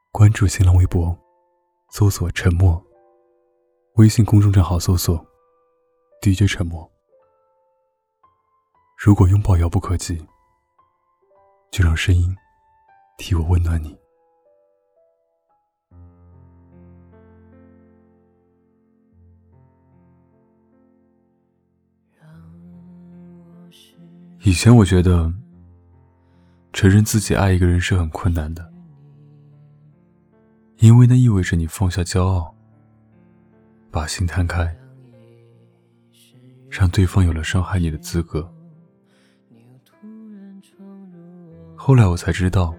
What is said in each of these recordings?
关注新浪微博，搜索沉默，微信公众账号搜索 DJ 沉默。如果拥抱遥不可及，就让声音替我温暖你。以前我觉得承认自己爱一个人是很困难的，因为那意味着你放下骄傲，把心摊开，让对方有了伤害你的资格。后来我才知道，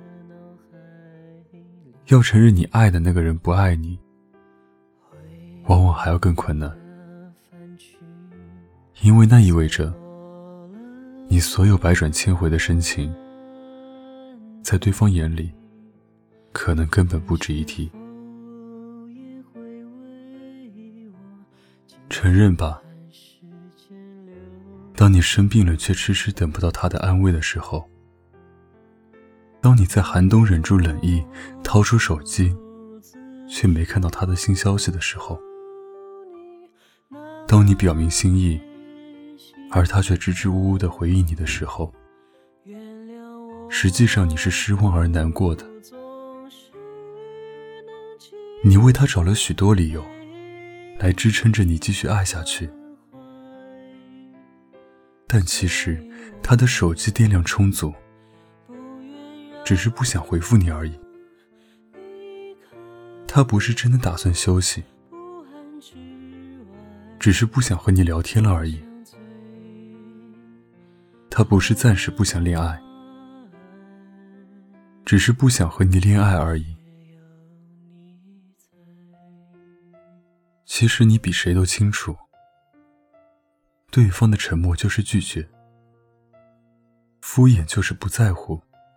要承认你爱的那个人不爱你，往往还要更困难，因为那意味着你所有百转千回的深情，在对方眼里可能根本不值一提。承认吧，当你生病了却迟迟等不到他的安慰的时候，当你在寒冬忍住冷意掏出手机却没看到他的新消息的时候，当你表明心意而他却支支吾吾地回应你的时候，实际上你是失望而难过的。你为他找了许多理由来支撑着你继续爱下去，但其实他的手机电量充足，只是不想回复你而已。他不是真的打算休息，只是不想和你聊天了而已。他不是暂时不想恋爱，只是不想和你恋爱而已。其实你比谁都清楚，对方的沉默就是拒绝，敷衍就是不在乎，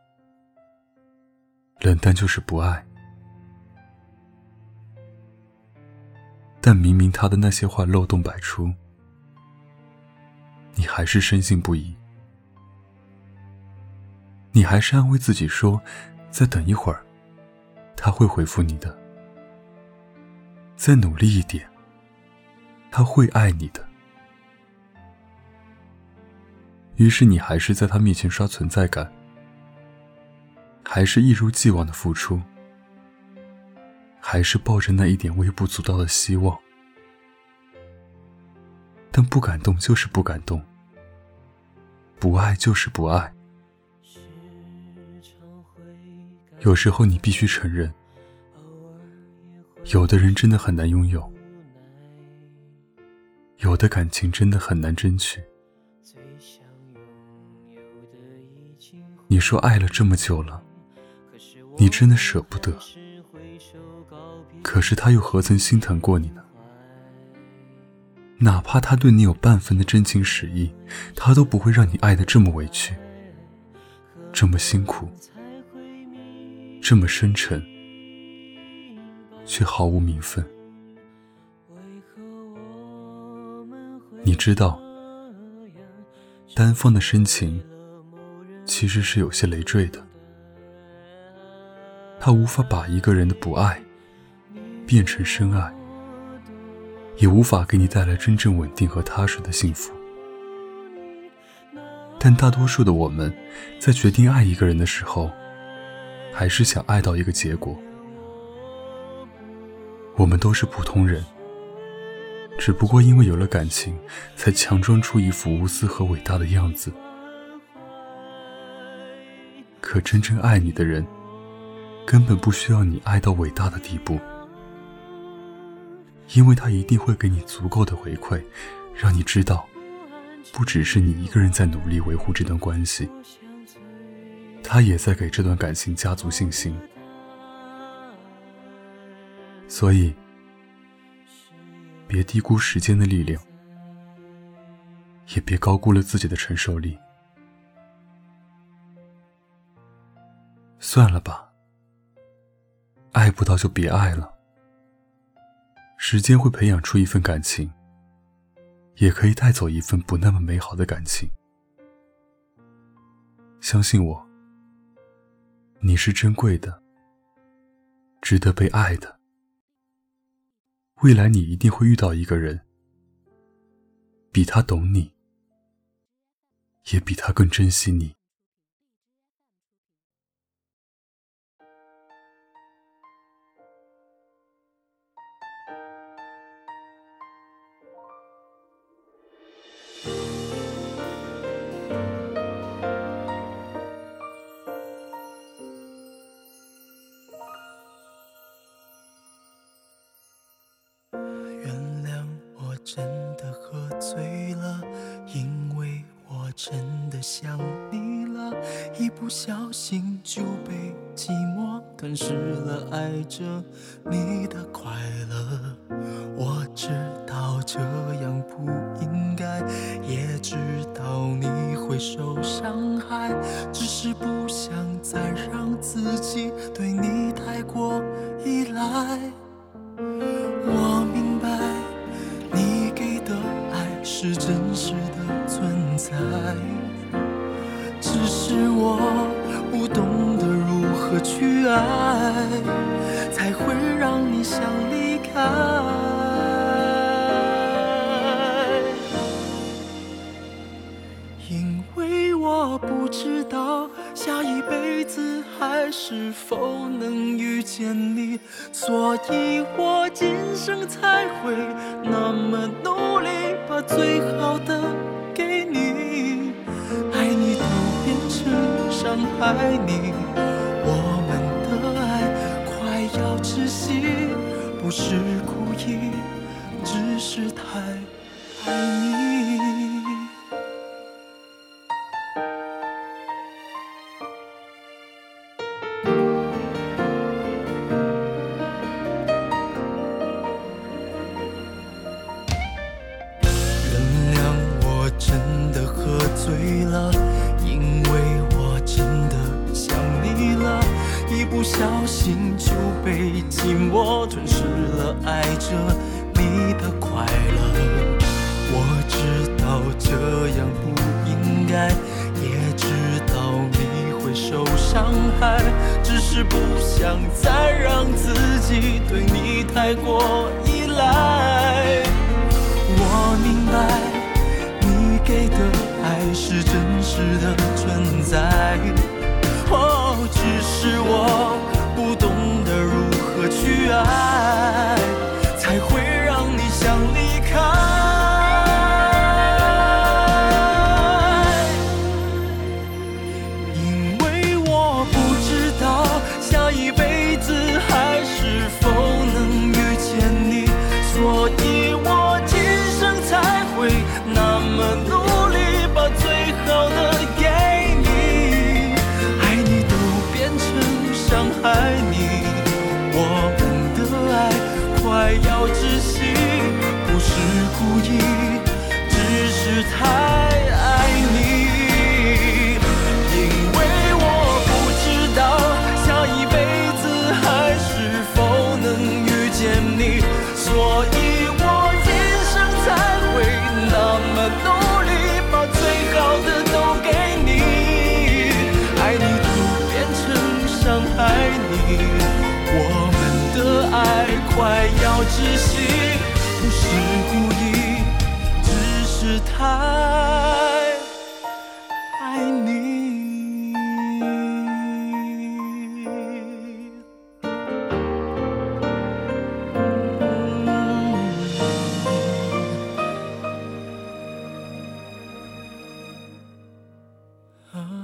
冷淡就是不爱。但明明他的那些话漏洞百出，你还是深信不疑。你还是安慰自己说，再等一会儿，他会回复你的。再努力一点，他会爱你的。于是你还是在他面前刷存在感，还是一如既往的付出，还是抱着那一点微不足道的希望。但不感动就是不感动，不爱就是不爱。有时候你必须承认，有的人真的很难拥有，有的感情真的很难争取。你说爱了这么久了，你真的舍不得，可是他又何曾心疼过你呢？哪怕他对你有半分的真情实意，他都不会让你爱得这么委屈，这么辛苦，这么深沉，却毫无名分。你知道，单方的深情其实是有些累赘的，它无法把一个人的不爱变成深爱，也无法给你带来真正稳定和踏实的幸福。但大多数的我们在决定爱一个人的时候，还是想爱到一个结果。我们都是普通人，只不过因为有了感情，才强装出一副无私和伟大的样子。可真正爱你的人，根本不需要你爱到伟大的地步，因为他一定会给你足够的回馈，让你知道，不只是你一个人在努力维护这段关系，他也在给这段感情加足信心。所以，别低估时间的力量，也别高估了自己的承受力。算了吧，爱不到就别爱了。时间会培养出一份感情，也可以带走一份不那么美好的感情。相信我，你是珍贵的， 值得被爱的。未来你一定会遇到一个人，比他懂你，也比他更珍惜你。 真的喝醉了，因为我真的想你了，一不小心就被寂寞吞噬了爱着你的快乐。我知道这样不应该，也知道你会受伤害，只是不想再让自己对你太过依赖。我明白你给的爱是真实的存在，只是我不懂得如何去爱，才会让你想离开。因为我不知道下一辈子还是否能遇见你，所以我今生才会那么努力，把最好的给你。爱你都变成伤害你，我们的爱快要窒息，不是故意，只是太爱你。真的喝醉了，因为我真的想你了，一不小心就被寂寞吞噬了爱着你的快乐。我知道这样不应该，也知道你会受伤害，只是不想再让自己对你太过依赖。我明白给的爱是真实的存在，只是我不懂得如何去爱，才会让你想离开。因为我不知道下一辈子还是否能遇见你，所以我今生才会那么努力，把最好的给你。爱你都变成伤害你，我们的爱快要窒息，不是故意，只是太爱你。因为我不知道下一辈子还是否能遇见你，所以我今生才会那么努力，把最好的都给你。爱你都变成伤害你，我们的爱快要窒息，不是故意，只是太爱你。啊